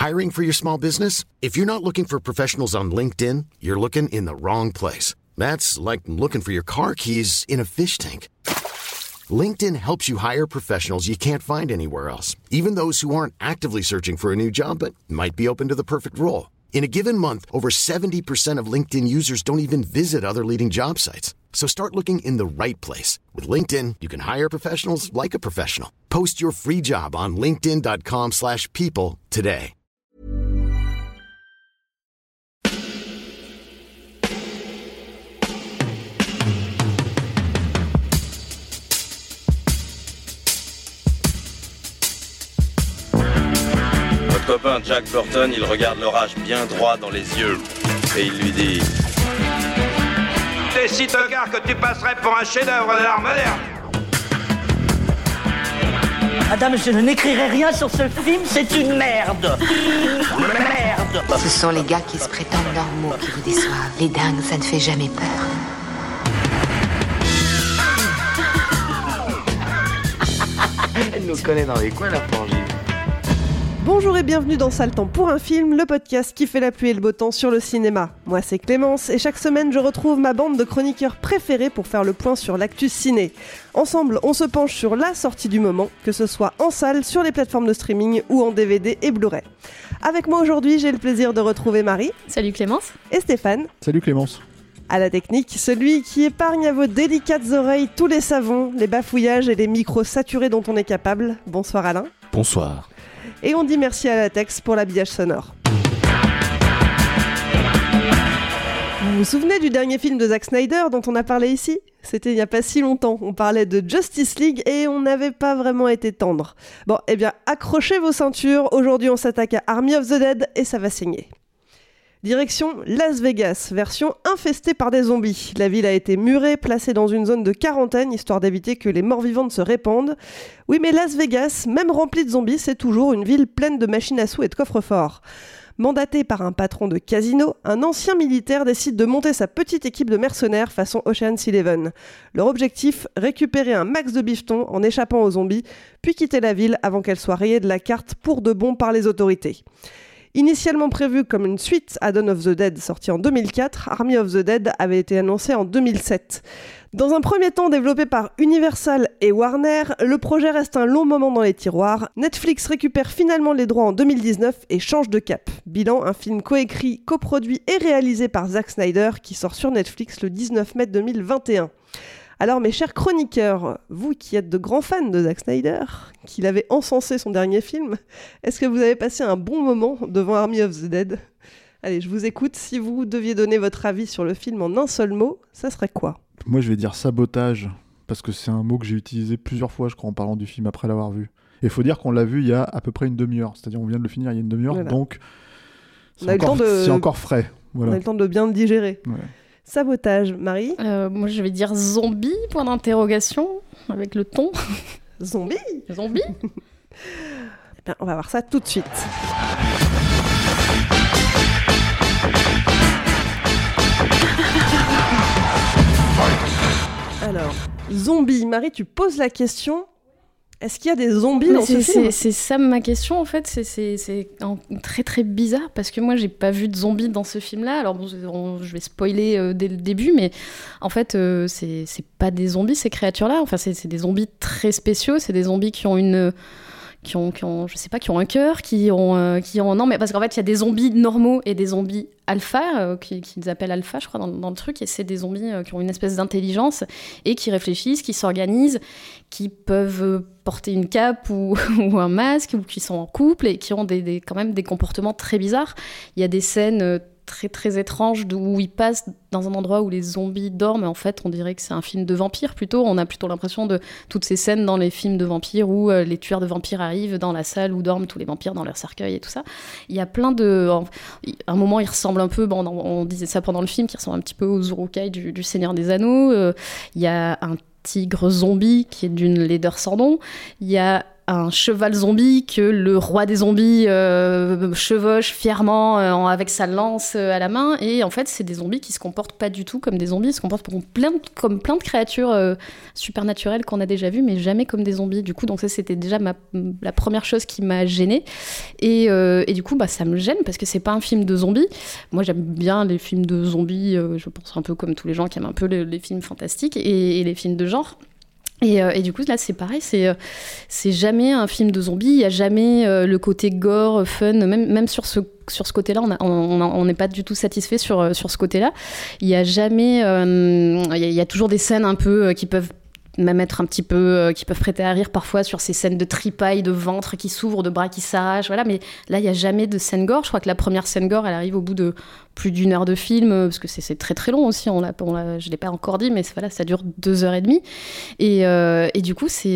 Hiring for your small business? If you're not looking for professionals on LinkedIn, you're looking in the wrong place. That's like looking for your car keys in a fish tank. LinkedIn helps you hire professionals you can't find anywhere else, even those who aren't actively searching for a new job but might be open to the perfect role. In a given month, over 70% of LinkedIn users don't even visit other leading job sites. So start looking in the right place. With LinkedIn, you can hire professionals like a professional. Post your free job on linkedin.com/people today. Votre copain Jack Burton, il regarde l'orage bien droit dans les yeux et il lui dit: T'es si tocard que tu passerais pour un chef-d'œuvre de l'art moderne. Madame, je n'écrirai rien sur ce film, c'est une merde. Merde. Ce sont les gars qui se prétendent normaux qui vous déçoivent. Les dingues, ça ne fait jamais peur. Elle nous connaît dans les coins, la frangine. Bonjour et bienvenue dans Sale Temps pour un film, le podcast qui fait la pluie et le beau temps sur le cinéma. Moi c'est Clémence et chaque semaine je retrouve ma bande de chroniqueurs préférés pour faire le point sur l'actu ciné. Ensemble, on se penche sur la sortie du moment, que ce soit en salle, sur les plateformes de streaming ou en DVD et Blu-ray. Avec moi aujourd'hui, j'ai le plaisir de retrouver Marie. Salut Clémence. Et Stéphane. Salut Clémence. À la technique, celui qui épargne à vos délicates oreilles tous les savons, les bafouillages et les micros saturés dont on est capable. Bonsoir Alain. Bonsoir. Et on dit merci à Latex pour l'habillage sonore. Vous vous souvenez du dernier film de Zack Snyder dont on a parlé ici ? C'était il n'y a pas si longtemps. On parlait de Justice League et on n'avait pas vraiment été tendre. Bon, eh bien, accrochez vos ceintures. Aujourd'hui, on s'attaque à Army of the Dead et ça va saigner. Direction Las Vegas, version infestée par des zombies. La ville a été murée, placée dans une zone de quarantaine, histoire d'éviter que les morts vivantes se répandent. Oui, mais Las Vegas, même remplie de zombies, c'est toujours une ville pleine de machines à sous et de coffres-forts. Mandaté par un patron de casino, un ancien militaire décide de monter sa petite équipe de mercenaires façon Ocean's 11. Leur objectif, récupérer un max de bifton en échappant aux zombies, puis quitter la ville avant qu'elle soit rayée de la carte pour de bon par les autorités. Initialement prévu comme une suite à Dawn of the Dead sortie en 2004, Army of the Dead avait été annoncé en 2007. Dans un premier temps développé par Universal et Warner, le projet reste un long moment dans les tiroirs. Netflix récupère finalement les droits en 2019 et change de cap. Bilan, un film coécrit, coproduit et réalisé par Zack Snyder qui sort sur Netflix le 19 mai 2021. Alors mes chers chroniqueurs, vous qui êtes de grands fans de Zack Snyder, qui l'avait encensé son dernier film, est-ce que vous avez passé un bon moment devant Army of the Dead ? Allez, je vous écoute. Si vous deviez donner votre avis sur le film en un seul mot, ça serait quoi ? Moi je vais dire sabotage, parce que c'est un mot que j'ai utilisé plusieurs fois je crois en parlant du film après l'avoir vu. Et il faut dire qu'on l'a vu il y a à peu près une demi-heure, c'est-à-dire on vient de le finir il y a une demi-heure, voilà. Donc c'est encore frais. Voilà. On a eu le temps de bien le digérer. Ouais. Sabotage, Marie ? Moi je vais dire zombie, point d'interrogation, avec le ton. Zombie ? Zombie ? Eh bien, on va voir ça tout de suite. Alors, zombie, Marie, tu poses la question. Est-ce qu'il y a des zombies dans ce film ? C'est ça ma question en fait, c'est très très bizarre parce que moi j'ai pas vu de zombies dans ce film-là. Alors bon, je vais spoiler dès le début, mais en fait c'est pas des zombies ces créatures-là. Enfin c'est des zombies très spéciaux, c'est des zombies qui ont je sais pas, qui ont un cœur, non mais parce qu'en fait il y a des zombies normaux et des zombies alpha qu'ils appellent alpha je crois dans le truc, et c'est des zombies qui ont une espèce d'intelligence et qui réfléchissent, qui s'organisent, qui peuvent porter une cape ou un masque, ou qui sont en couple et qui ont quand même des comportements très bizarres. Il y a des scènes très très étrange où ils passent dans un endroit où les zombies dorment. En fait, on dirait que c'est un film de vampires plutôt. On a plutôt l'impression de toutes ces scènes dans les films de vampires où les tueurs de vampires arrivent dans la salle où dorment tous les vampires dans leur cercueil et tout ça. Il y a plein de... À un moment, il ressemble un peu... Bon, on disait ça pendant le film, qui ressemble un petit peu aux Uruk-hai du Seigneur des Anneaux. Il y a un tigre zombie qui est d'une laideur sans nom. Il y a un cheval zombie que le roi des zombies chevauche fièrement avec sa lance à la main. Et en fait, c'est des zombies qui se comportent pas du tout comme des zombies. Ils se comportent comme plein de créatures supernaturelles qu'on a déjà vues, mais jamais comme des zombies. Du coup, donc ça, c'était déjà la première chose qui m'a gênée. Et du coup, ça me gêne parce que c'est pas un film de zombies. Moi, j'aime bien les films de zombies. Je pense un peu comme tous les gens qui aiment un peu les films fantastiques et les films de genre. Et du coup, là, c'est pareil, c'est jamais un film de zombies, il n'y a jamais le côté gore, fun, même sur ce côté-là, on n'est pas du tout satisfait sur ce côté-là. Il y a jamais... il y a toujours des scènes un peu qui peuvent même être un petit peu... qui peuvent prêter à rire parfois sur ces scènes de tripaille, de ventre qui s'ouvre, de bras qui s'arrachent, voilà. Mais là, il n'y a jamais de scène gore. Je crois que la première scène gore, elle arrive au bout de plus d'1 heure de film, parce que c'est très très long aussi, je ne l'ai pas encore dit, mais voilà, ça dure 2h30. Et du coup, c'est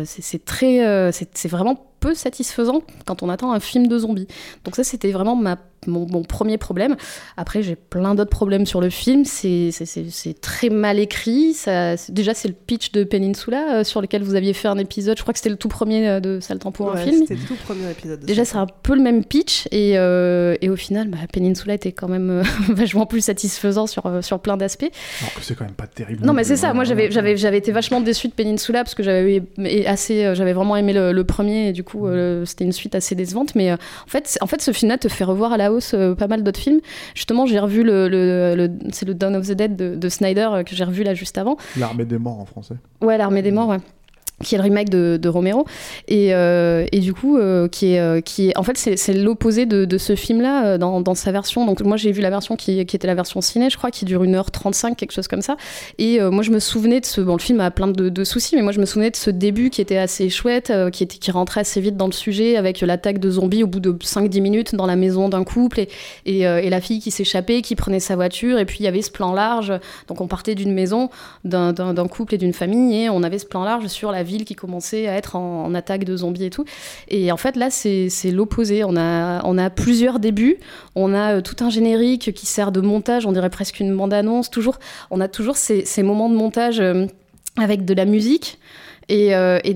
vraiment peu satisfaisant quand on attend un film de zombies. Donc ça, c'était vraiment mon premier problème. Après, j'ai plein d'autres problèmes sur le film. C'est très mal écrit. Déjà, c'est le pitch de Peninsula sur lequel vous aviez fait un épisode. Je crois que c'était le tout premier de Saletan pour un film. C'était le tout premier épisode. Déjà, c'est un peu le même pitch. Et au final, Peninsula était quand même vachement plus satisfaisant sur plein d'aspects. Alors que c'est quand même pas terrible. Non, mais c'est ça. Moi, j'avais été vachement déçue de Peninsula parce que j'avais vraiment aimé le premier. Et du coup, c'était une suite assez décevante. Mais en fait, ce film-là te fait revoir à la hausse pas mal d'autres films. Justement, j'ai revu c'est le Dawn of the Dead de Snyder que j'ai revu là juste avant. L'Armée des morts en français. Ouais, L'Armée des morts, ouais. Qui est le remake de Romero et du coup qui est en fait c'est l'opposé de ce film là dans sa version. Donc moi j'ai vu la version qui était la version ciné, je crois, qui dure 1h35, quelque chose comme ça. Et moi je me souvenais de le film a plein de soucis, mais moi je me souvenais de ce début qui était assez chouette, qui rentrait assez vite dans le sujet avec l'attaque de zombies au bout de 5-10 minutes dans la maison d'un couple et la fille qui s'échappait, qui prenait sa voiture, et puis il y avait ce plan large. Donc on partait d'une maison d'un couple et d'une famille, et on avait ce plan large sur la ville qui commençait à être en attaque de zombies et tout. Et en fait, là, c'est l'opposé. On a plusieurs débuts. On a tout un générique qui sert de montage. On dirait presque une bande-annonce. On a toujours ces moments de montage avec de la musique et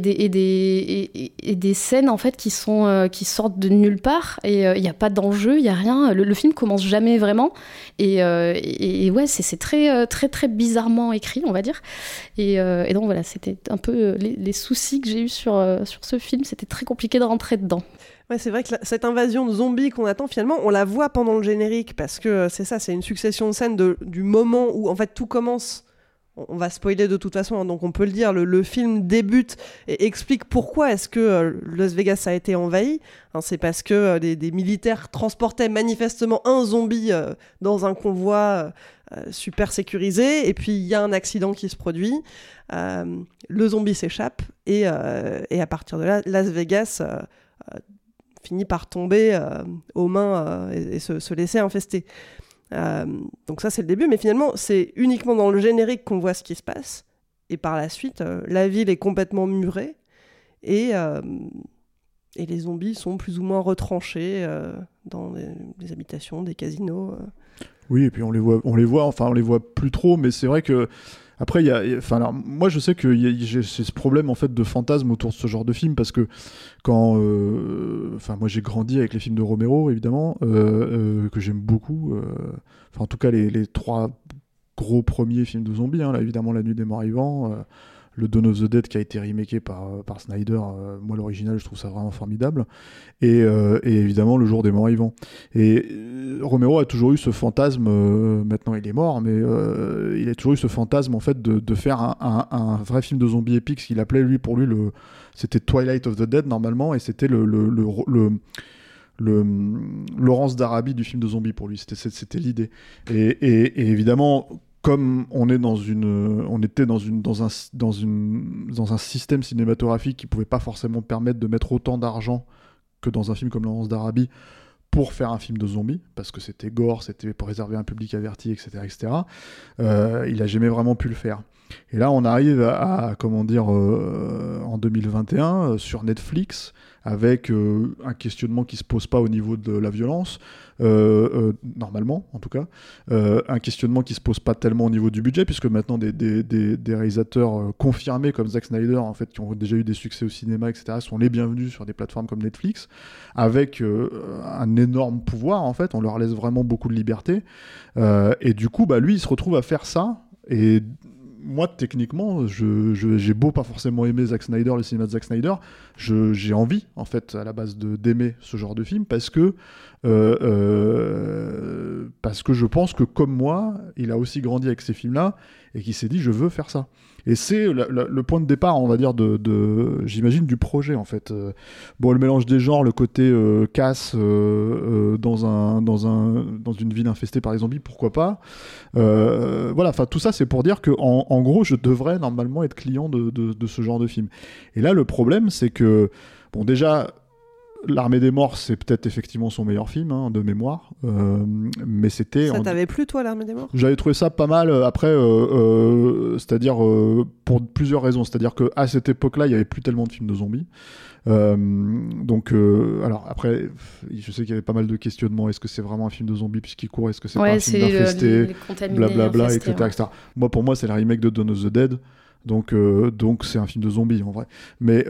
des scènes en fait qui sortent de nulle part, et il n'y a pas d'enjeu, il n'y a rien. Le film commence jamais vraiment, et ouais, c'est très très très bizarrement écrit, on va dire, et donc voilà, c'était un peu les soucis que j'ai eu sur ce film. C'était très compliqué de rentrer dedans. Ouais, c'est vrai que cette invasion de zombies qu'on attend, finalement, on la voit pendant le générique, parce que c'est une succession de scènes du moment où en fait tout commence. On va spoiler de toute façon, hein, donc on peut le dire, le film débute et explique pourquoi est-ce que Las Vegas a été envahi. Hein, c'est parce que des militaires transportaient manifestement un zombie dans un convoi super sécurisé, et puis il y a un accident qui se produit, le zombie s'échappe, et à partir de là, Las Vegas finit par tomber aux mains et se laisser infester. Donc ça c'est le début, mais finalement c'est uniquement dans le générique qu'on voit ce qui se passe, et par la suite la ville est complètement murée, et les zombies sont plus ou moins retranchés dans des habitations, des casinos. Oui, et puis on les voit plus trop, mais c'est vrai que après, alors, moi je sais que j'ai ce problème en fait de fantasme autour de ce genre de film, parce que quand, moi j'ai grandi avec les films de Romero évidemment, que j'aime beaucoup. En tout cas les 3 gros premiers films de zombies, hein, là évidemment La Nuit des Morts Vivants, le Dawn of the Dead qui a été remaké par Snyder, moi l'original je trouve ça vraiment formidable, et évidemment Le Jour des Morts Vivants. Et Romero a toujours eu ce fantasme, maintenant il est mort, mais il a toujours eu ce fantasme en fait de faire un vrai film de zombies épique, ce qu'il appelait pour lui c'était Twilight of the Dead normalement, et c'était le Laurence d'Arabie du film de zombies pour lui, c'était l'idée. Et évidemment, comme on était dans un système cinématographique qui pouvait pas forcément permettre de mettre autant d'argent que dans un film comme Laurence d'Arabie pour faire un film de zombies, parce que c'était gore, c'était pour réserver un public averti, etc., etc. Il a jamais vraiment pu le faire. Et là, on arrive à en 2021, sur Netflix, avec un questionnement qui se pose pas au niveau de la violence, normalement, en tout cas, un questionnement qui se pose pas tellement au niveau du budget, puisque maintenant des réalisateurs confirmés comme Zack Snyder, en fait, qui ont déjà eu des succès au cinéma, etc., sont les bienvenus sur des plateformes comme Netflix, avec un énorme pouvoir, en fait, on leur laisse vraiment beaucoup de liberté, et du coup, lui, il se retrouve à faire ça, et moi, techniquement, j'ai beau pas forcément aimer Zack Snyder, le cinéma de Zack Snyder, j'ai envie, en fait, à la base, d'aimer ce genre de film, parce que je pense que, comme moi, il a aussi grandi avec ces films-là, et qu'il s'est dit, je veux faire ça. Et c'est le point de départ, on va dire, j'imagine, du projet, en fait. Le mélange des genres, le côté casse dans une ville infestée par les zombies, pourquoi pas. Voilà, enfin, tout ça, c'est pour dire que, en gros, je devrais normalement être client de ce genre de film. Et là, le problème, c'est que, bon, déjà, L'Armée des Morts, c'est peut-être effectivement son meilleur film, de mémoire, mais c'était... Ça t'avait plu, toi, L'Armée des Morts ? J'avais trouvé ça pas mal, après, c'est-à-dire pour plusieurs raisons, c'est-à-dire qu'à cette époque-là, il n'y avait plus tellement de films de zombies, alors après, je sais qu'il y avait pas mal de questionnements, est-ce que c'est vraiment un film de zombies puisqu'il court, est-ce que c'est pas un film d'infesté, blablabla, etc. Pour moi, c'est le remake de Dawn of the Dead, donc c'est un film de zombies, en vrai. Mais...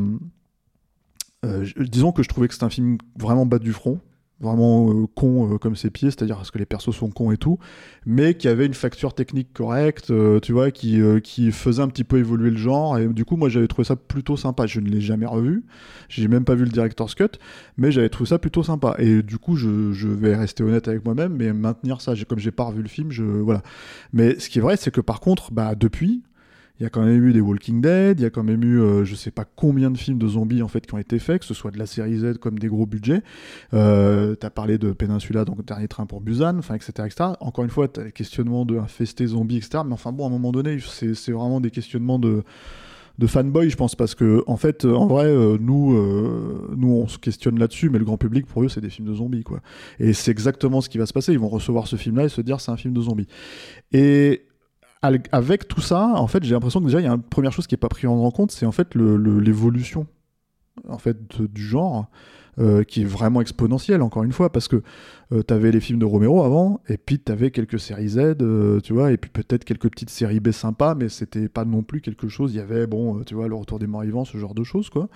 disons que je trouvais que c'était un film vraiment bas du front, vraiment con comme ses pieds, c'est-à-dire parce que les persos sont cons et tout, mais qui avait une facture technique correcte, tu vois, qui faisait un petit peu évoluer le genre, et du coup moi j'avais trouvé ça plutôt sympa. Je ne l'ai jamais revu, j'ai même pas vu le director's cut, mais j'avais trouvé ça plutôt sympa, et du coup je vais rester honnête avec moi-même, mais maintenir ça, comme j'ai pas revu le film, voilà. Mais ce qui est vrai, c'est que par contre, depuis... Il y a quand même eu des Walking Dead, il y a quand même eu je sais pas combien de films de zombies en fait qui ont été faits, que ce soit de la série Z comme des gros budgets. T'as parlé de Peninsula, donc Dernier Train pour Busan, enfin etc., etc. Encore une fois, t'as les questionnements de infestés zombies, etc. Mais enfin bon, à un moment donné, c'est vraiment des questionnements de fanboy, je pense, parce que en fait, en vrai, nous on se questionne là-dessus, mais le grand public, pour eux, c'est des films de zombies, quoi. Et c'est exactement ce qui va se passer. Ils vont recevoir ce film-là et se dire c'est un film de zombies. Et avec tout ça, en fait, j'ai l'impression que déjà, il y a une première chose qui n'est pas prise en compte, c'est en fait l'évolution en fait, du genre, qui est vraiment exponentielle, encore une fois, parce que t'avais les films de Romero avant, et puis t'avais quelques séries Z, tu vois, et puis peut-être quelques petites séries B sympas, mais c'était pas non plus quelque chose. Il y avait, tu vois, Le Retour des Morts Vivants, ce genre de choses, quoi.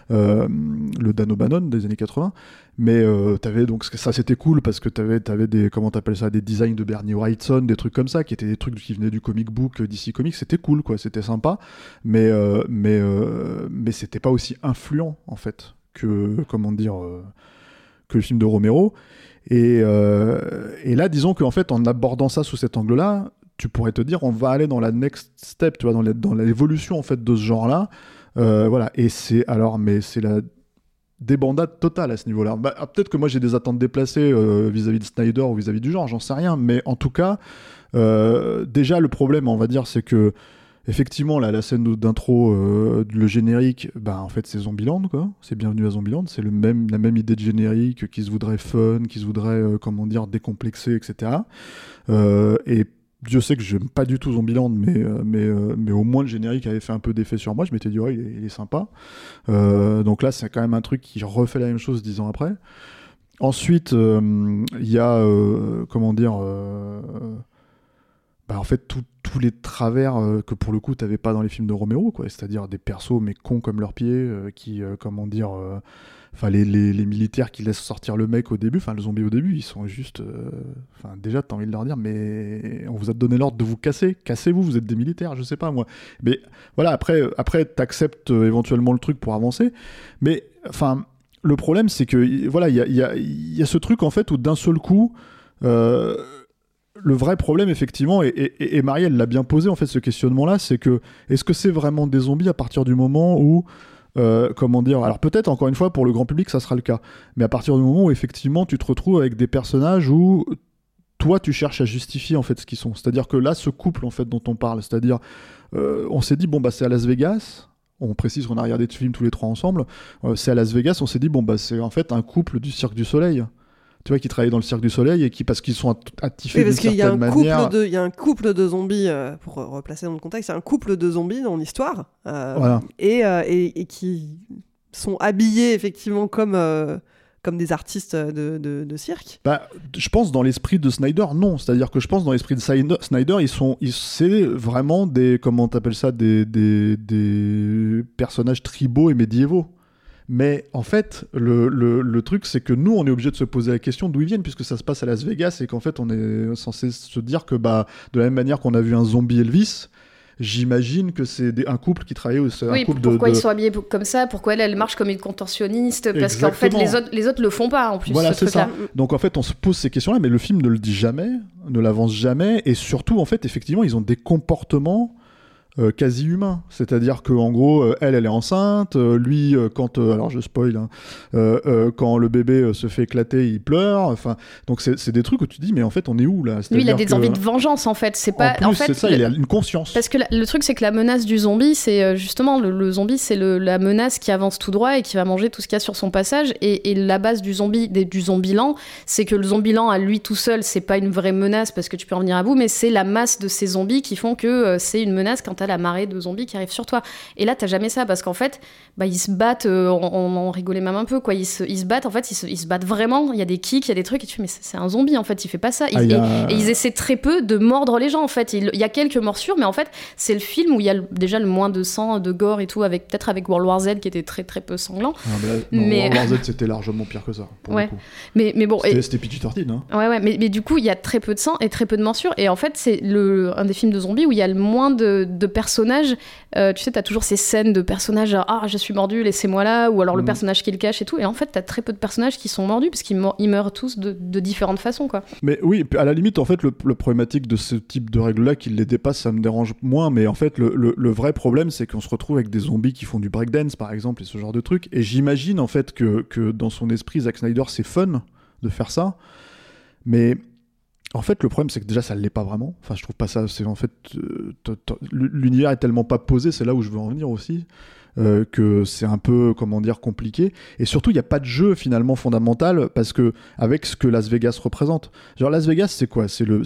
Le Dan O'Bannon des années 80. Mais t'avais donc ça, c'était cool parce que t'avais des, comment t'appelles ça, des designs de Bernie Wrightson, des trucs comme ça, qui étaient des trucs qui venaient du comic book DC Comics. C'était cool, quoi, c'était sympa, mais c'était pas aussi influent en fait que le film de Romero. Et là, disons qu'en fait, en abordant ça sous cet angle-là, tu pourrais te dire, on va aller dans la next step, tu vois, dans l'évolution en fait de ce genre-là. Voilà. Et c'est la débandade totale à ce niveau-là. Peut-être que moi j'ai des attentes déplacées vis-à-vis de Snyder ou vis-à-vis du genre, j'en sais rien. Mais en tout cas, déjà le problème, on va dire, c'est que effectivement, la scène d'intro, le générique, en fait, c'est Zombieland, quoi. C'est Bienvenue à Zombieland. C'est la même idée de générique qui se voudrait fun, qui se voudrait, décomplexé, etc. Et Dieu sait que j'aime pas du tout Zombieland, mais au moins le générique avait fait un peu d'effet sur moi. Je m'étais dit, ouais, il est sympa. Donc là, c'est quand même un truc qui refait la même chose 10 ans après. Ensuite, il y a, en fait, tous les travers que pour le coup t'avais pas dans les films de Romero, quoi. C'est-à-dire des persos mais cons comme leurs pieds, qui les militaires qui laissent sortir le mec au début, le zombie au début, ils sont juste, déjà t'as envie de leur dire, mais on vous a donné l'ordre de vous casser, cassez-vous, vous êtes des militaires, je sais pas moi. Mais voilà, après t'acceptes éventuellement le truc pour avancer, mais le problème c'est que voilà, il y a ce truc en fait où d'un seul coup le vrai problème, effectivement, et Marielle l'a bien posé, en fait, ce questionnement-là, c'est que, est-ce que c'est vraiment des zombies à partir du moment où, alors peut-être, encore une fois, pour le grand public, ça sera le cas, mais à partir du moment où, effectivement, tu te retrouves avec des personnages où, toi, tu cherches à justifier, en fait, ce qu'ils sont. C'est-à-dire que là, ce couple, en fait, dont on parle, c'est-à-dire, on s'est dit, c'est à Las Vegas. On précise qu'on a regardé ce film tous les trois ensemble. C'est à Las Vegas, on s'est dit, c'est en fait un couple du Cirque du Soleil. tu vois, qui travaillent dans le Cirque du Soleil et parce qu'ils sont attifés d'une certaine manière. Il y a un couple de zombies, pour replacer dans le contexte, il y a un couple de zombies dans l'histoire, et qui sont habillés effectivement comme des artistes de cirque. Je pense dans l'esprit de Snyder, non. C'est-à-dire que je pense dans l'esprit de Snyder, c'est vraiment des, comment t'appelles ça, des personnages tribaux et médiévaux. Mais en fait, le truc, c'est que nous, on est obligé de se poser la question d'où ils viennent, puisque ça se passe à Las Vegas, et qu'en fait, on est censé se dire que, de la même manière qu'on a vu un zombie Elvis, j'imagine que c'est un couple qui travaillait aussi. Pourquoi ils sont habillés comme ça? Pourquoi elle marche comme une contorsionniste? Parce qu'en fait, les autres le font pas, en plus. Voilà, c'est ça. Donc en fait, on se pose ces questions-là, mais le film ne le dit jamais, ne l'avance jamais, et surtout, en fait, effectivement, ils ont des comportements quasi humain, c'est-à-dire que en gros elle est enceinte, lui quand alors je spoil quand le bébé se fait éclater il pleure, enfin donc c'est des trucs où tu dis mais en fait on est où là? Lui il a des envies de vengeance en fait, c'est pas en fait c'est ça, il a une conscience, parce que le truc c'est que la menace du zombie c'est justement le zombie c'est la menace qui avance tout droit et qui va manger tout ce qu'il y a sur son passage, et la base du zombieland c'est que le zombieland à lui tout seul c'est pas une vraie menace parce que tu peux en venir à bout, mais c'est la masse de ces zombies qui font que c'est une menace quand t'as la marée de zombies qui arrive sur toi. Et là, t'as jamais ça, parce qu'en fait, ils se battent, on rigolait même un peu, quoi. Ils se battent, en fait, ils se battent vraiment. Il y a des kicks, il y a des trucs, et tu fais, mais c'est un zombie, en fait, il fait pas ça. Et ils essaient très peu de mordre les gens, en fait. Il y a quelques morsures, mais en fait, c'est le film où il y a déjà le moins de sang, de gore et tout, peut-être avec World War Z qui était très très peu sanglant. World War Z, c'était largement pire que ça, pour le coup. Mais bon. C'était PG-13, hein. Ouais, mais du coup, il y a très peu de sang et très peu de morsures. Et en fait, c'est un des films de zombies où il y a le moins de personnages. Tu sais, t'as toujours ces scènes de personnages, je suis mordu, laissez-moi là, ou alors le personnage qui le cache et tout, et en fait t'as très peu de personnages qui sont mordus parce qu'ils meurent tous de différentes façons, quoi. Mais oui, à la limite en fait le problématique de ce type de règles là qui les dépasse, ça me dérange moins, mais en fait le vrai problème c'est qu'on se retrouve avec des zombies qui font du breakdance par exemple et ce genre de trucs, et j'imagine en fait que dans son esprit Zack Snyder c'est fun de faire ça, mais en fait, le problème, c'est que déjà, ça ne l'est pas vraiment. Enfin, je trouve pas ça. C'est en fait, l'univers est tellement pas posé, c'est là où je veux en venir aussi, que c'est un peu, comment dire, compliqué. Et surtout, il n'y a pas de jeu finalement fondamental, parce que avec ce que Las Vegas représente. Genre, Las Vegas, c'est quoi? Moi,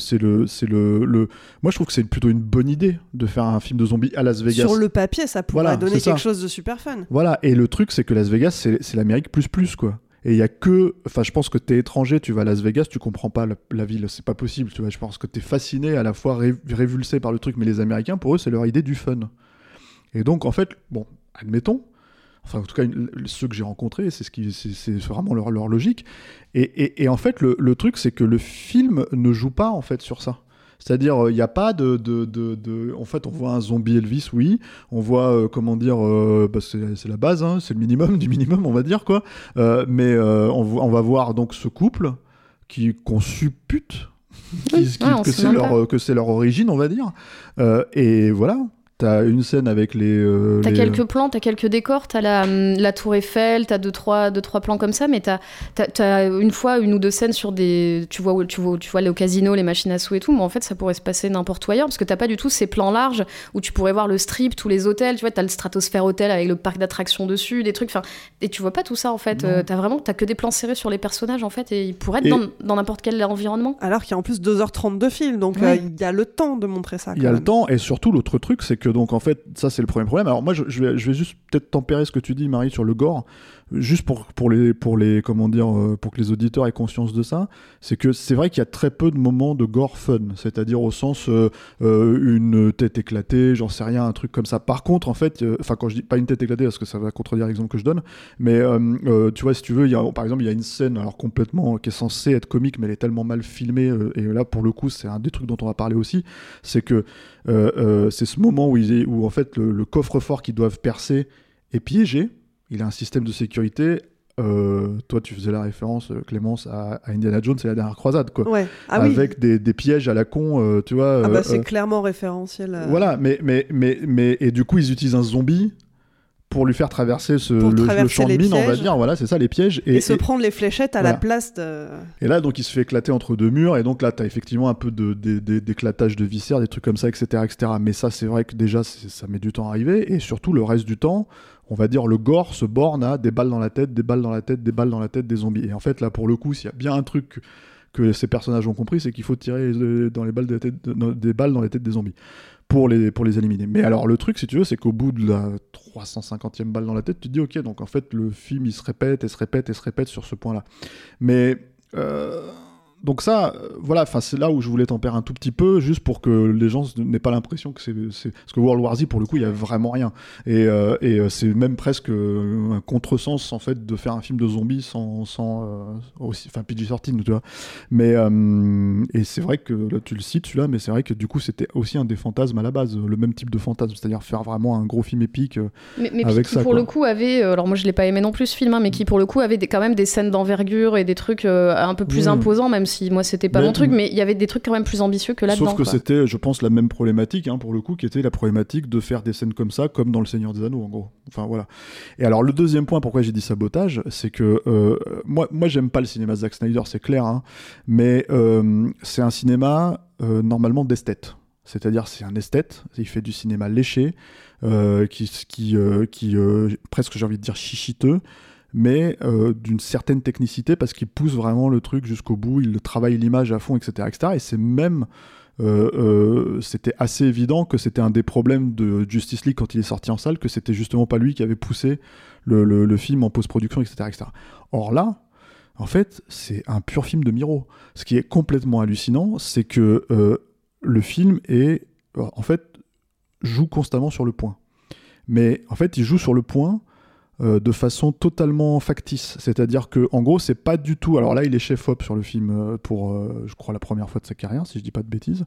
je trouve que c'est plutôt une bonne idée de faire un film de zombies à Las Vegas. Sur le papier, ça pourrait donner quelque chose de super fun. Voilà. Et le truc, c'est que Las Vegas, c'est l'Amérique plus, quoi. Et il y a je pense que t'es étranger, tu vas à Las Vegas, tu comprends pas la ville, c'est pas possible, tu vois. Je pense que t'es fasciné, à la fois révulsé par le truc, mais les Américains, pour eux, c'est leur idée du fun. Et donc, en fait, bon, admettons, enfin, en tout cas, ceux que j'ai rencontrés, c'est vraiment leur logique. Et en fait, le truc, c'est que le film ne joue pas, en fait, sur ça. C'est-à-dire, il n'y a pas En fait, on voit un zombie Elvis, oui. On voit, c'est la base, hein, c'est le minimum du minimum, on va dire, quoi. Mais on va voir donc ce couple qu'on suppute que c'est leur origine, on va dire. Et voilà. T'as une scène avec T'as quelques plans, t'as quelques décors, t'as la tour Eiffel, t'as deux, trois plans comme ça, mais t'as une fois une ou deux scènes sur des... Tu vois le casino, les machines à sous et tout, mais en fait, ça pourrait se passer n'importe où ailleurs, parce que t'as pas du tout ces plans larges où tu pourrais voir le strip, tous les hôtels, tu vois, t'as le Stratosphere Hotel avec le parc d'attractions dessus, des trucs, et tu vois pas tout ça, en fait. T'as que des plans serrés sur les personnages, en fait, et ils pourraient être dans n'importe quel environnement. Alors qu'il y a en plus 2h30 de film, donc il y a le temps de montrer ça. Il y a le temps, et surtout, l'autre truc, c'est que donc en fait ça c'est le premier problème. Alors moi je vais juste peut-être tempérer ce que tu dis, Marie, sur le gore, juste pour les comment dire, pour que les auditeurs aient conscience de ça. C'est que c'est vrai qu'il y a très peu de moments de gore fun, c'est-à-dire au sens une tête éclatée, j'en sais rien, un truc comme ça. Par contre en fait, quand je dis pas une tête éclatée parce que ça va contredire l'exemple que je donne, mais tu vois, si tu veux, par exemple il y a une scène alors complètement qui est censée être comique, mais elle est tellement mal filmée, et là pour le coup c'est un des trucs dont on va parler aussi, c'est que c'est ce moment où en fait le coffre-fort qu'ils doivent percer est piégé. Il a un système de sécurité. Toi, tu faisais la référence, Clémence, à Indiana Jones et la dernière croisade, quoi. Ouais. Avec des pièges à la con, tu vois. C'est clairement référentiel. Voilà, mais et du coup, ils utilisent un zombie pour lui faire traverser le champ de mine, on va dire. Voilà, c'est ça, les pièges. Et se prendre les fléchettes à la place de... Et là, donc, il se fait éclater entre deux murs. Et donc là, t'as effectivement un peu d'éclatage de viscères, des trucs comme ça, etc., etc. Mais ça, c'est vrai que déjà, ça met du temps à arriver. Et surtout, le reste du temps, on va dire, le gore se borne à des balles dans la tête, des balles dans la tête, des balles dans la tête, des zombies. Et en fait, là, pour le coup, s'il y a bien un truc que ces personnages ont compris, c'est qu'il faut tirer des balles dans les têtes des zombies pour les éliminer. Mais alors, le truc, si tu veux, c'est qu'au bout de la 350e balle dans la tête, tu te dis, ok, donc en fait, le film, il se répète et se répète et se répète sur ce point-là. Mais... donc ça, voilà, c'est là où je voulais tempérer un tout petit peu, juste pour que les gens n'aient pas l'impression que c'est... Parce que World War Z, pour le coup, il n'y a vraiment rien. Et c'est même presque un contresens, en fait, de faire un film de zombies sans PG-13, tu vois. Mais, et c'est vrai que, là, tu le cites, celui-là, mais c'est vrai que, du coup, c'était aussi un des fantasmes à la base, le même type de fantasme, c'est-à-dire faire vraiment un gros film épique mais avec ça, pour le coup, avait... alors moi, je ne l'ai pas aimé non plus, ce film, hein, mais qui, pour le coup, avait quand même des scènes d'envergure et des trucs un peu plus imposants, même si moi c'était pas mon truc, mais il y avait des trucs quand même plus ambitieux que là-dedans. Sauf que c'était, je pense, la même problématique, pour le coup, qui était la problématique de faire des scènes comme ça, comme dans Le Seigneur des Anneaux, en gros. Enfin, voilà. Et alors, le deuxième point, pourquoi j'ai dit sabotage, c'est que moi, j'aime pas le cinéma de Zack Snyder, c'est clair, mais c'est un cinéma, normalement, d'esthète. C'est-à-dire, c'est un esthète, il fait du cinéma léché, qui presque, j'ai envie de dire, chichiteux, mais d'une certaine technicité, parce qu'il pousse vraiment le truc jusqu'au bout, il travaille l'image à fond, etc. Et c'est même... c'était assez évident que c'était un des problèmes de Justice League quand il est sorti en salle, que c'était justement pas lui qui avait poussé le film en post-production, etc. Or là, en fait, c'est un pur film de Miro. Ce qui est complètement hallucinant, c'est que le film joue constamment sur le point. Mais en fait, il joue sur le point de façon totalement factice. C'est-à-dire que, en gros, c'est pas du tout... Alors là, il est chef-op sur le film pour, je crois, la première fois de sa carrière, si je dis pas de bêtises.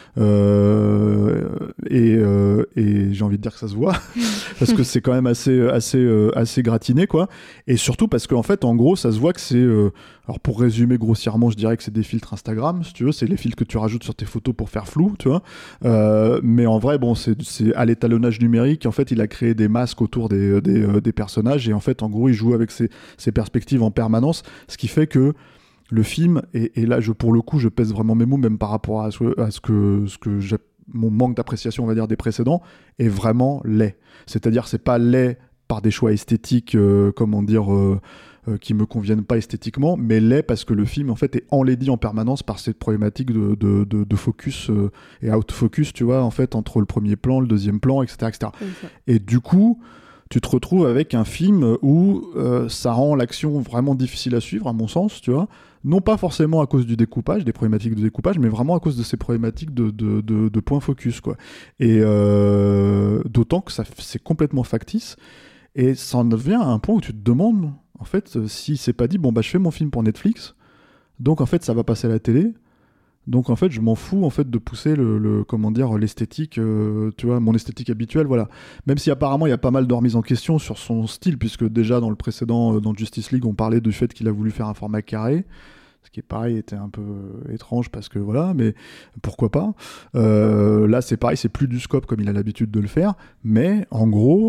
Et j'ai envie de dire que ça se voit, parce que c'est quand même assez gratiné, quoi. Et surtout parce qu'en fait, en gros, ça se voit que c'est... alors, pour résumer grossièrement, je dirais que c'est des filtres Instagram, si tu veux. C'est les filtres que tu rajoutes sur tes photos pour faire flou, tu vois. Mais en vrai, bon, c'est à l'étalonnage numérique. En fait, il a créé des masques autour des personnages, et en fait, en gros, il joue avec ses perspectives en permanence, ce qui fait que le film, et là, pour le coup, je pèse vraiment mes mots, même par rapport à ce que mon manque d'appréciation, on va dire, des précédents, est vraiment laid. C'est-à-dire, c'est pas laid par des choix esthétiques, qui me conviennent pas esthétiquement, mais laid parce que le film, en fait, est enlaidi en permanence par cette problématique de focus et out-focus, tu vois, en fait, entre le premier plan, le deuxième plan, etc. Et du coup, tu te retrouves avec un film où ça rend l'action vraiment difficile à suivre, à mon sens, tu vois. Non pas forcément à cause du découpage, des problématiques de découpage, mais vraiment à cause de ces problématiques de point focus, quoi. Et d'autant que c'est complètement factice, et ça en vient à un point où tu te demandes, en fait, s'il s'est pas dit, bon, bah, je fais mon film pour Netflix, donc en fait, ça va passer à la télé. Donc en fait, je m'en fous en fait de pousser l'esthétique, tu vois, mon esthétique habituelle, voilà. Même si apparemment il y a pas mal de remises en question sur son style, puisque déjà dans le précédent, dans Justice League, on parlait du fait qu'il a voulu faire un format carré, ce qui est pareil, était un peu étrange parce que voilà, mais pourquoi pas. Là c'est pareil, c'est plus du scope comme il a l'habitude de le faire, mais en gros,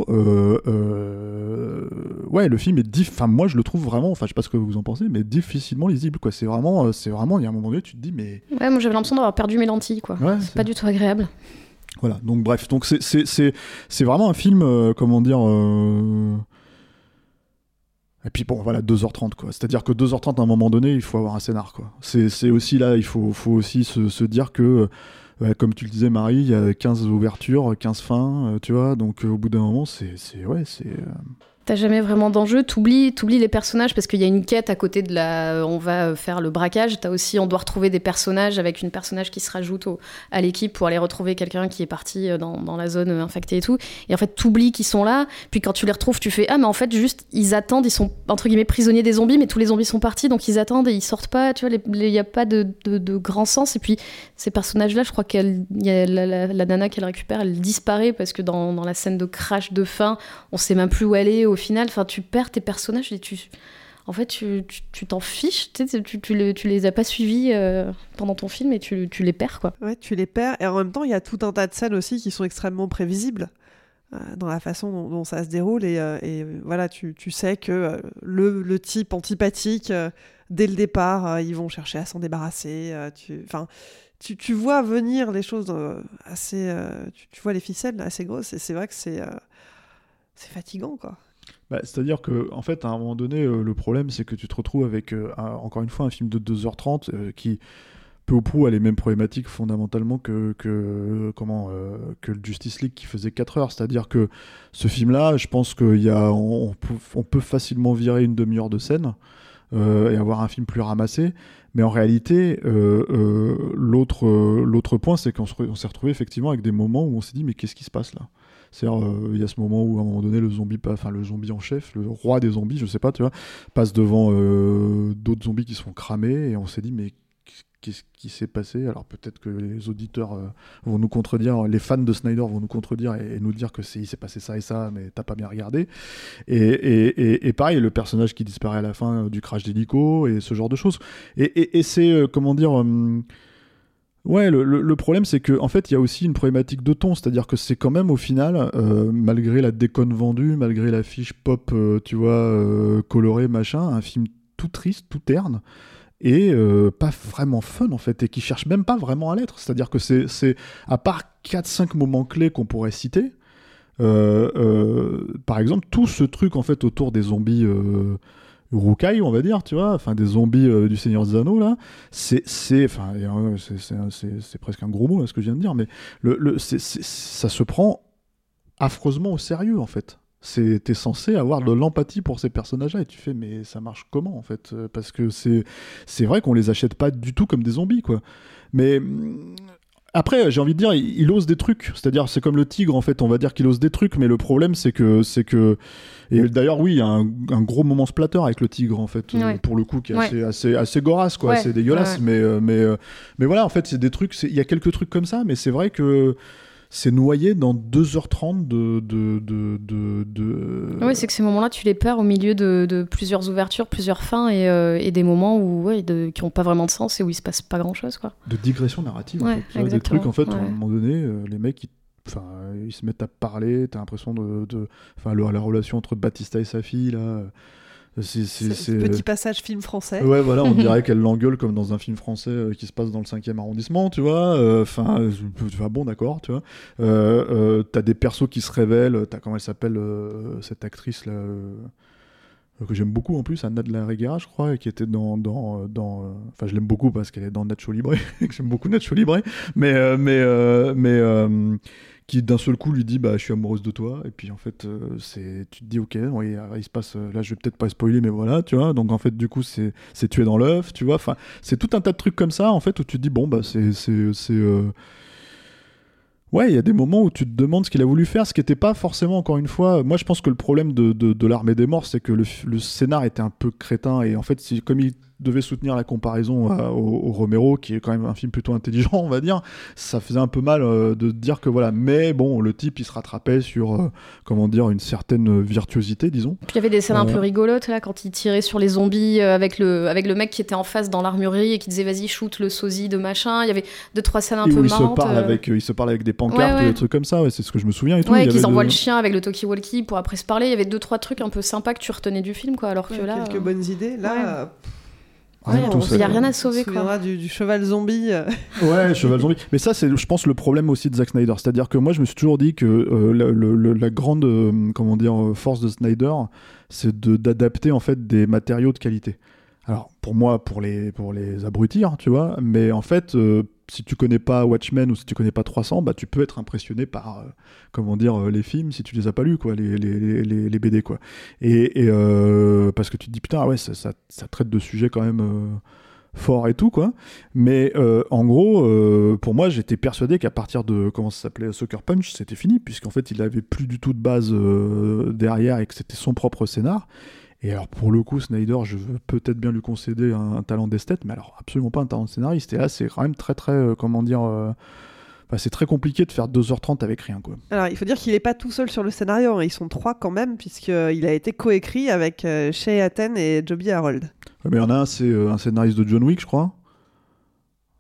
ouais, le film est moi je le trouve vraiment, enfin je sais pas ce que vous en pensez, mais difficilement lisible, quoi. C'est vraiment, il y a un moment donné, tu te dis mais... Ouais, moi j'avais l'impression d'avoir perdu mes lentilles, quoi. Ouais, c'est pas du tout agréable. Voilà, donc bref, donc c'est vraiment un film, Et puis bon, voilà, 2h30, quoi. C'est-à-dire que 2h30, à un moment donné, il faut avoir un scénar, quoi. C'est aussi là, il faut aussi se dire que, comme tu le disais, Marie, il y a 15 ouvertures, 15 fins, tu vois, donc au bout d'un moment, T'as jamais vraiment d'enjeu, t'oublies les personnages parce qu'il y a une quête à côté de on va faire le braquage. T'as aussi, on doit retrouver des personnages avec une personnage qui se rajoute à l'équipe pour aller retrouver quelqu'un qui est parti dans la zone infectée et tout. Et en fait, t'oublies qu'ils sont là. Puis quand tu les retrouves, tu fais mais en fait, juste ils attendent, ils sont entre guillemets prisonniers des zombies, mais tous les zombies sont partis, donc ils attendent et ils sortent pas. Tu vois, il y a pas de grand sens. Et puis ces personnages-là, je crois y a la nana qu'elle récupère, elle disparaît parce que dans la scène de crash de fin, on sait même plus où elle est. Au final, enfin, tu perds tes personnages et tu t'en fiches, tu les as pas suivis pendant ton film et tu les perds, quoi. Ouais, tu les perds, et en même temps il y a tout un tas de scènes aussi qui sont extrêmement prévisibles dans la façon dont ça se déroule, et voilà, tu sais que le type antipathique, dès le départ, ils vont chercher à s'en débarrasser, tu vois venir les choses assez... tu vois les ficelles assez grosses, et c'est vrai que c'est fatigant, quoi. C'est-à-dire que, en fait, à un moment donné, le problème, c'est que tu te retrouves avec, encore une fois, un film de 2h30 qui, peu ou prou, a les mêmes problématiques fondamentalement que le Justice League qui faisait 4 heures. C'est-à-dire que ce film-là, je pense qu'on peut facilement virer une demi-heure de scène et avoir un film plus ramassé. Mais en réalité, l'autre point, c'est qu'on s'est retrouvé effectivement avec des moments où on s'est dit, mais qu'est-ce qui se passe là ? C'est-à-dire, il y a ce moment où, à un moment donné, le zombie en chef, le roi des zombies, je sais pas, tu vois, passe devant d'autres zombies qui se font cramer, et on s'est dit, mais qu'est-ce qui s'est passé ? Alors peut-être que les auditeurs vont nous contredire, les fans de Snyder vont nous contredire et nous dire que il s'est passé ça et ça, mais t'as pas bien regardé. Et pareil, le personnage qui disparaît à la fin du crash d'hélico, et ce genre de choses. Et c'est, comment dire... Ouais, le problème, c'est qu'en fait, il y a aussi une problématique de ton, c'est-à-dire que c'est quand même, au final, malgré la déconne vendue, malgré la fiche pop, tu vois, colorée, machin, un film tout triste, tout terne, et pas vraiment fun, en fait, et qui cherche même pas vraiment à l'être. C'est-à-dire que c'est à part 4-5 moments clés qu'on pourrait citer, par exemple, tout ce truc, en fait, autour des zombies... Rukai, on va dire, tu vois, enfin des zombies du Seigneur des Anneaux là, c'est presque un gros mot là, ce que je viens de dire, mais ça se prend affreusement au sérieux en fait. T'es censé avoir de l'empathie pour ces personnages-là et tu fais mais ça marche comment en fait, parce que c'est vrai qu'on les achète pas du tout comme des zombies quoi, mais après, j'ai envie de dire, il ose des trucs. C'est-à-dire, c'est comme le tigre, en fait. On va dire qu'il ose des trucs, mais le problème, c'est que... Et d'ailleurs, oui, il y a un gros moment splatter avec le tigre, en fait, pour le coup, qui est assez gorasse, quoi. C'est dégueulasse, mais voilà, en fait, c'est des trucs... Il y a quelques trucs comme ça, mais c'est vrai que c'est noyé dans 2h30 Oui, c'est que ces moments-là, tu les perds au milieu de plusieurs ouvertures, plusieurs fins et des moments où, qui n'ont pas vraiment de sens et où il se passe pas grand-chose, quoi. De digression narrative, en fait. Des trucs, en fait, à un moment donné, les mecs, ils se mettent à parler, t'as l'impression la relation entre Batista et sa fille, là... C'est petit passage film français. Ouais, voilà, on dirait qu'elle l'engueule comme dans un film français qui se passe dans le 5e arrondissement, tu vois. Bon, d'accord, tu vois. T'as des persos qui se révèlent. T'as, comment elle s'appelle, cette actrice là, que j'aime beaucoup en plus, Anna de la Reguera, je crois, et qui était dans je l'aime beaucoup parce qu'elle est dans Nacho Libre, j'aime beaucoup Nacho Libre, mais qui d'un seul coup lui dit je suis amoureuse de toi, et puis en fait tu te dis ok, oui, il se passe, là je vais peut-être pas spoiler, mais voilà, tu vois, donc en fait du coup c'est tué dans l'œuf, tu vois, enfin c'est tout un tas de trucs comme ça en fait où tu te dis bon ouais, il y a des moments où tu te demandes ce qu'il a voulu faire, ce qui n'était pas forcément, encore une fois... Moi, je pense que le problème de l'Armée des Morts, c'est que le scénar était un peu crétin, et en fait, comme il devait soutenir la comparaison au Romero, qui est quand même un film plutôt intelligent, on va dire, ça faisait un peu mal de dire que voilà. Mais bon, le type, il se rattrapait sur, une certaine virtuosité, disons. Puis il y avait des scènes un peu rigolotes, là, quand il tirait sur les zombies avec le mec qui était en face dans l'armurerie et qui disait vas-y, shoot le sosie de machin. Il y avait 2-3 scènes un peu marrantes. Il se parle avec des pancartes, des trucs comme ça, c'est ce que je me souviens et tout. Ouais, qu'ils envoient le chien avec le talkie-walkie pour après se parler. Il y avait 2-3 trucs un peu sympas que tu retenais du film, quoi, alors que là... Quelques bonnes idées, là... il n'y a rien à sauver, quoi. On se souviendra du cheval zombie. Ouais, cheval zombie. Mais ça, c'est, je pense, le problème aussi de Zack Snyder. C'est-à-dire que moi, je me suis toujours dit que la grande force de Snyder, c'est d'adapter en fait des matériaux de qualité. Alors, pour moi, pour les abrutir, tu vois, mais en fait, si tu connais pas Watchmen ou si tu connais pas 300, tu peux être impressionné par, les films si tu les as pas lus, quoi, les BD, quoi. Et parce que tu te dis, putain, ouais, ça traite de sujets quand même forts et tout, quoi. Mais en gros, pour moi, j'étais persuadé qu'à partir de, Sucker Punch, c'était fini, puisqu'en fait, il avait plus du tout de base derrière et que c'était son propre scénar. Et alors pour le coup, Snyder, je veux peut-être bien lui concéder un talent d'esthète, mais alors absolument pas un talent de scénariste. Et là, c'est quand même très très, c'est très compliqué de faire 2h30 avec rien, quoi. Alors il faut dire qu'il n'est pas tout seul sur le scénario, hein. Ils sont 3 quand même, puisqu'il a été coécrit avec Shea Hatten et Joby Harold. Ouais, mais il y en a un, c'est un scénariste de John Wick, je crois.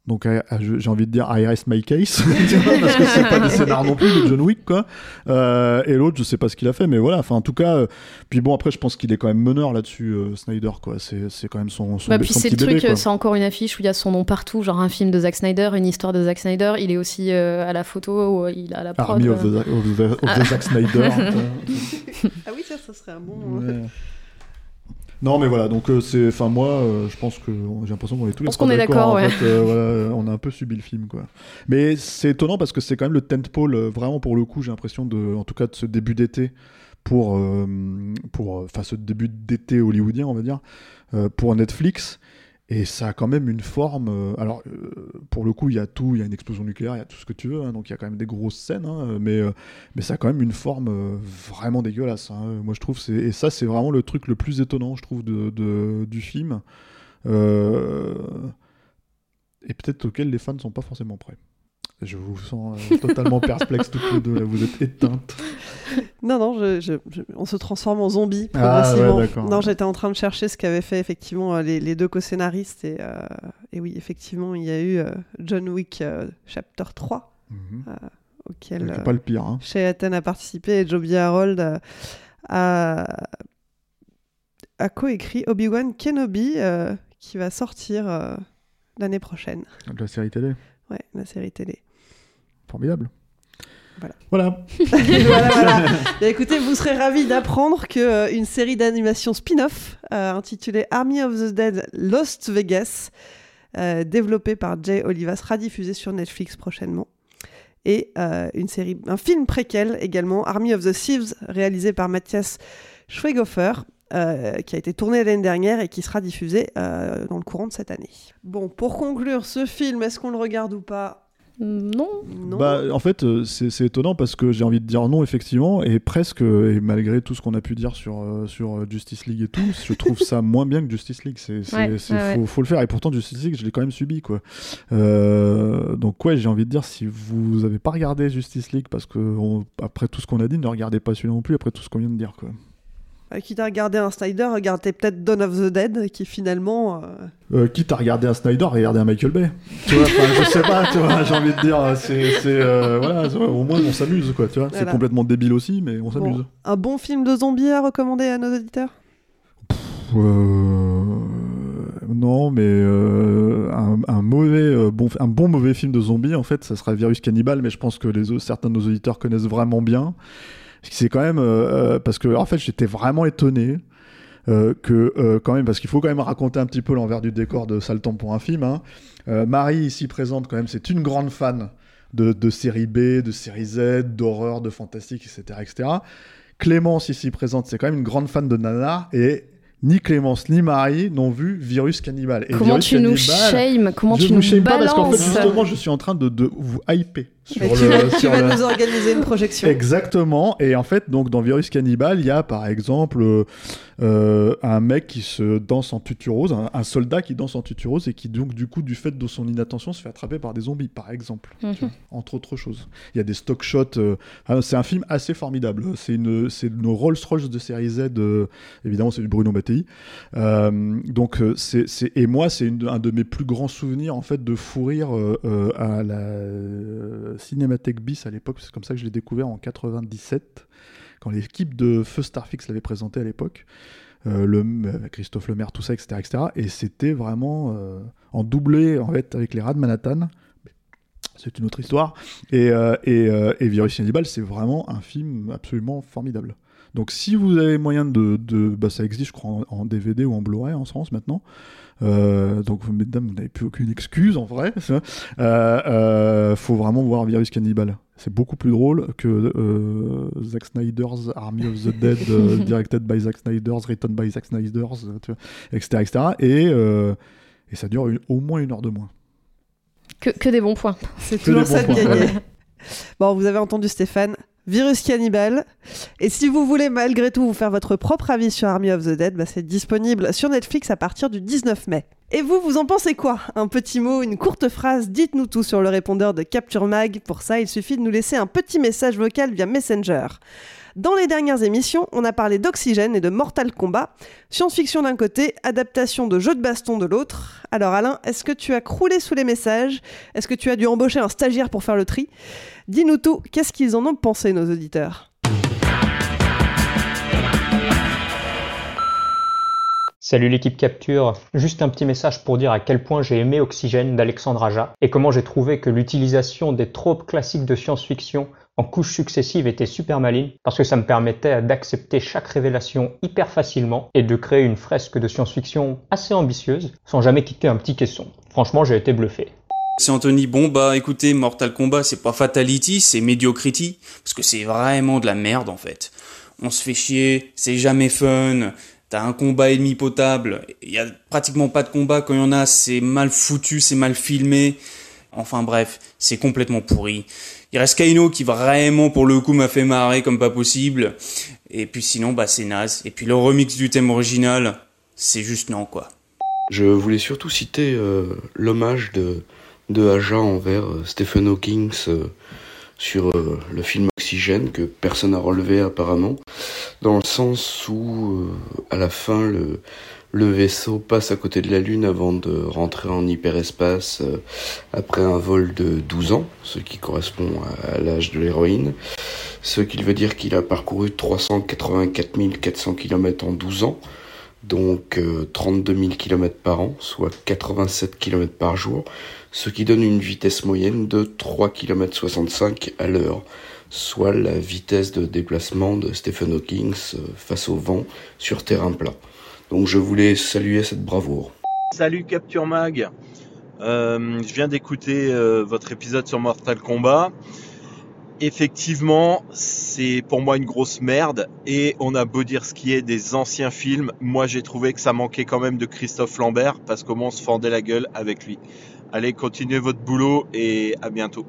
Donc j'ai envie de dire I rest my case parce que c'est pas des scénars non plus de John Wick quoi. Et l'autre je sais pas ce qu'il a fait mais voilà, enfin en tout cas puis bon après je pense qu'il est quand même meneur là-dessus Snyder quoi, c'est quand même son puis son c'est petit le bébé, truc quoi. c'est encore une affiche où il y a son nom partout, genre un film de Zack Snyder, une histoire de Zack Snyder, il est aussi à la photo, il a la prod. Army of the Zack Snyder. Ah oui ça serait un bon ouais. Non mais voilà donc moi je pense que j'ai l'impression qu'on est tous les trois d'accord, ouais. en fait, voilà, on a un peu subi le film quoi. Mais c'est étonnant parce que c'est quand même le tentpole vraiment pour le coup j'ai l'impression en tout cas de ce début d'été pour ce début d'été hollywoodien on va dire pour Netflix. Et ça a quand même une forme. Pour le coup, il y a tout, il y a une explosion nucléaire, il y a tout ce que tu veux, hein, donc il y a quand même des grosses scènes, hein, mais ça a quand même une forme vraiment dégueulasse. Hein. Moi, je trouve, et ça, c'est vraiment le truc le plus étonnant, je trouve, du film. Et peut-être auquel les fans ne sont pas forcément prêts. Je vous sens totalement perplexe toutes les deux, là, vous êtes éteintes. Non, on se transforme en zombies progressivement. Ah, ouais, d'accord. Non, j'étais en train de chercher ce qu'avaient fait effectivement les deux co-scénaristes et oui, effectivement, il y a eu John Wick Chapter 3 auquel c'est pas le pire. Hein. Shayatan a participé et Joby Harold a coécrit Obi-Wan Kenobi qui va sortir l'année prochaine. De la série télé. Ouais, la série télé. Formidable. Voilà. Et écoutez, vous serez ravis d'apprendre qu'une série d'animation spin-off intitulée Army of the Dead Lost Vegas, développée par Jay Oliva, sera diffusée sur Netflix prochainement. Et un film préquel également, Army of the Thieves, réalisé par Matthias Schweighöfer, qui a été tourné l'année dernière et qui sera diffusé dans le courant de cette année. Bon, pour conclure ce film, est-ce qu'on le regarde ou pas ? Non. En fait, c'est étonnant parce que j'ai envie de dire non, effectivement, et presque, et malgré tout ce qu'on a pu dire sur Justice League et tout, je trouve ça moins bien que Justice League. Faut le faire, et pourtant Justice League, je l'ai quand même subi, quoi. Donc ouais, j'ai envie de dire, si vous n'avez pas regardé Justice League, parce que après tout ce qu'on a dit, ne regardez pas celui-là non plus, après tout ce qu'on vient de dire, quoi. Quitte à regarder un Snyder, regardez peut-être Dawn of the Dead, qui finalement... quitte à regarder un Snyder, regardez un Michael Bay. Tu vois, je sais pas, tu vois, j'ai envie de dire, voilà, au moins on s'amuse, quoi, tu vois. Voilà. C'est complètement débile aussi, mais on s'amuse. Bon, un bon film de zombies à recommander à nos auditeurs ? Non, mais un bon mauvais film de zombies, en fait, ça sera Virus Cannibal, mais je pense que certains de nos auditeurs connaissent vraiment bien. C'est quand même parce que en fait j'étais vraiment étonné que quand même, parce qu'il faut quand même raconter un petit peu l'envers du décor de Sale Temps pour un film, hein. Marie ici présente quand même, c'est une grande fan de série B, de série Z, d'horreur, de fantastique, etc. Clémence ici présente, c'est quand même une grande fan de nanar, et ni Clémence ni Marie n'ont vu Virus Cannibal. Et comment Virus tu nous shames, comment tu nous balances. Je ne shame pas parce qu'en fait justement je suis en train de vous hyper. Tu vas nous organiser une projection. Exactement. Et en fait, donc dans Virus Cannibal, il y a par exemple un mec qui se danse en tuturose, un soldat qui danse en tuturose et qui donc du coup du fait de son inattention se fait attraper par des zombies, par exemple, entre autres choses. Il y a des stock shots. C'est un film assez formidable. C'est nos Rolls-Royce de série Z. Évidemment, c'est du Bruno Mattei. Donc et moi, c'est un de mes plus grands souvenirs en fait de fou rire à la Cinémathèque Bis à l'époque, c'est comme ça que je l'ai découvert en 97 quand l'équipe de Feu Starfix l'avait présenté à l'époque, Christophe Lemaire, tout ça, etc. Et c'était vraiment en doublé en fait avec les Rats de Manhattan. C'est une autre histoire. Et Virus Cannibal, c'est vraiment un film absolument formidable. Donc si vous avez moyen ça existe je crois en DVD ou en Blu-ray en France maintenant, donc mesdames vous n'avez plus aucune excuse en vrai, faut vraiment voir Virus Cannibal, c'est beaucoup plus drôle que Zack Snyder's Army of the Dead directed by Zack Snyder, written by Zack Snyder, etc. Et ça dure au moins 1 heure de moins. Que des bons points. C'est toujours ça de gagner. Bon, vous avez entendu Stéphane, Virus Cannibal. Et si vous voulez malgré tout vous faire votre propre avis sur Army of the Dead, c'est disponible sur Netflix à partir du 19 mai. Et vous en pensez quoi ? Un petit mot, une courte phrase, dites-nous tout sur le répondeur de Capture Mag. Pour ça, il suffit de nous laisser un petit message vocal via Messenger. Dans les dernières émissions, on a parlé d'Oxygène et de Mortal Kombat. Science-fiction d'un côté, adaptation de jeux de baston de l'autre. Alors Alain, est-ce que tu as croulé sous les messages ? Est-ce que tu as dû embaucher un stagiaire pour faire le tri ? Dis-nous tout, qu'est-ce qu'ils en ont pensé, nos auditeurs ? Salut l'équipe Capture, juste un petit message pour dire à quel point j'ai aimé Oxygène d'Alexandre Aja et comment j'ai trouvé que l'utilisation des tropes classiques de science-fiction en couches successives était super maligne parce que ça me permettait d'accepter chaque révélation hyper facilement et de créer une fresque de science-fiction assez ambitieuse sans jamais quitter un petit caisson. Franchement, j'ai été bluffé. C'est Anthony. Bon bah écoutez, Mortal Kombat c'est pas Fatality, c'est Mediocrity parce que c'est vraiment de la merde en fait. On se fait chier, c'est jamais fun. T'as un combat ennemi potable, il y a pratiquement pas de combat, quand il y en a, c'est mal foutu, c'est mal filmé. Enfin bref, c'est complètement pourri. Il reste Kaino qui vraiment pour le coup m'a fait marrer comme pas possible. Et puis sinon bah c'est naze. Et puis le remix du thème original, c'est juste non quoi. Je voulais surtout citer l'hommage de Aja envers Stephen Hawking sur le film Oxygène que personne n'a relevé apparemment, dans le sens où à la fin le vaisseau passe à côté de la Lune avant de rentrer en hyperespace après un vol de 12 ans, ce qui correspond à l'âge de l'héroïne, ce qui veut dire qu'il a parcouru 384 400 km en 12 ans, donc 32 000 km par an, soit 87 km par jour, ce qui donne une vitesse moyenne de 3,65 km à l'heure, soit la vitesse de déplacement de Stephen Hawking face au vent sur terrain plat. Donc je voulais saluer cette bravoure. Salut Capture Mag, je viens d'écouter votre épisode sur Mortal Kombat. Effectivement, c'est pour moi une grosse merde et on a beau dire ce qui est des anciens films, moi j'ai trouvé que ça manquait quand même de Christophe Lambert parce qu'au moins on se fendait la gueule avec lui. Allez, continuez votre boulot et à bientôt.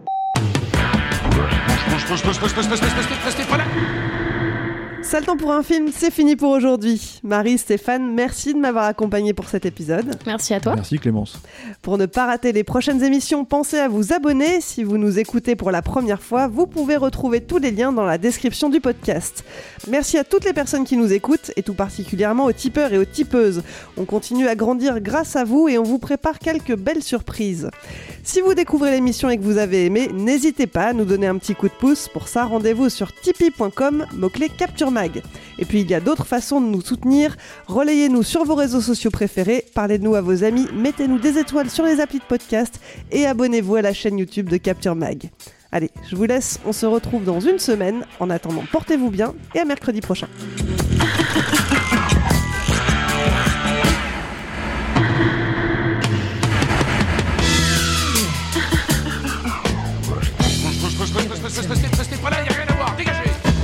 Sale temps pour un film, c'est fini pour aujourd'hui. Marie, Stéphane, merci de m'avoir accompagné pour cet épisode. Merci à toi. Merci Clémence. Pour ne pas rater les prochaines émissions, pensez à vous abonner. Si vous nous écoutez pour la première fois, vous pouvez retrouver tous les liens dans la description du podcast. Merci à toutes les personnes qui nous écoutent et tout particulièrement aux tipeurs et aux tipeuses. On continue à grandir grâce à vous et on vous prépare quelques belles surprises. Si vous découvrez l'émission et que vous avez aimé, n'hésitez pas à nous donner un petit coup de pouce. Pour ça, rendez-vous sur tipeee.com, mot-clé Capture Mag. Et puis il y a d'autres façons de nous soutenir. Relayez-nous sur vos réseaux sociaux préférés, parlez de nous à vos amis, mettez-nous des étoiles sur les applis de podcast et abonnez-vous à la chaîne YouTube de Capture Mag. Allez, je vous laisse, on se retrouve dans une semaine. En attendant, portez-vous bien et à mercredi prochain. Restez pas là, y a rien à voir, dégagez!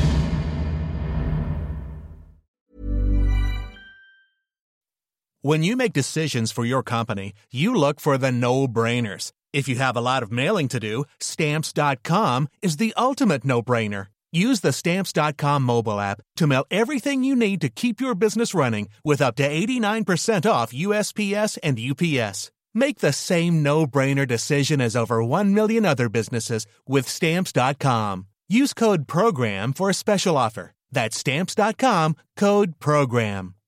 When you make decisions for your company, you look for the no-brainers. If you have a lot of mailing to do, Stamps.com is the ultimate no-brainer. Use the Stamps.com mobile app to mail everything you need to keep your business running with up to 89% off USPS and UPS. Make the same no-brainer decision as over 1 million other businesses with Stamps.com. Use code PROGRAM for a special offer. That's Stamps.com, code PROGRAM.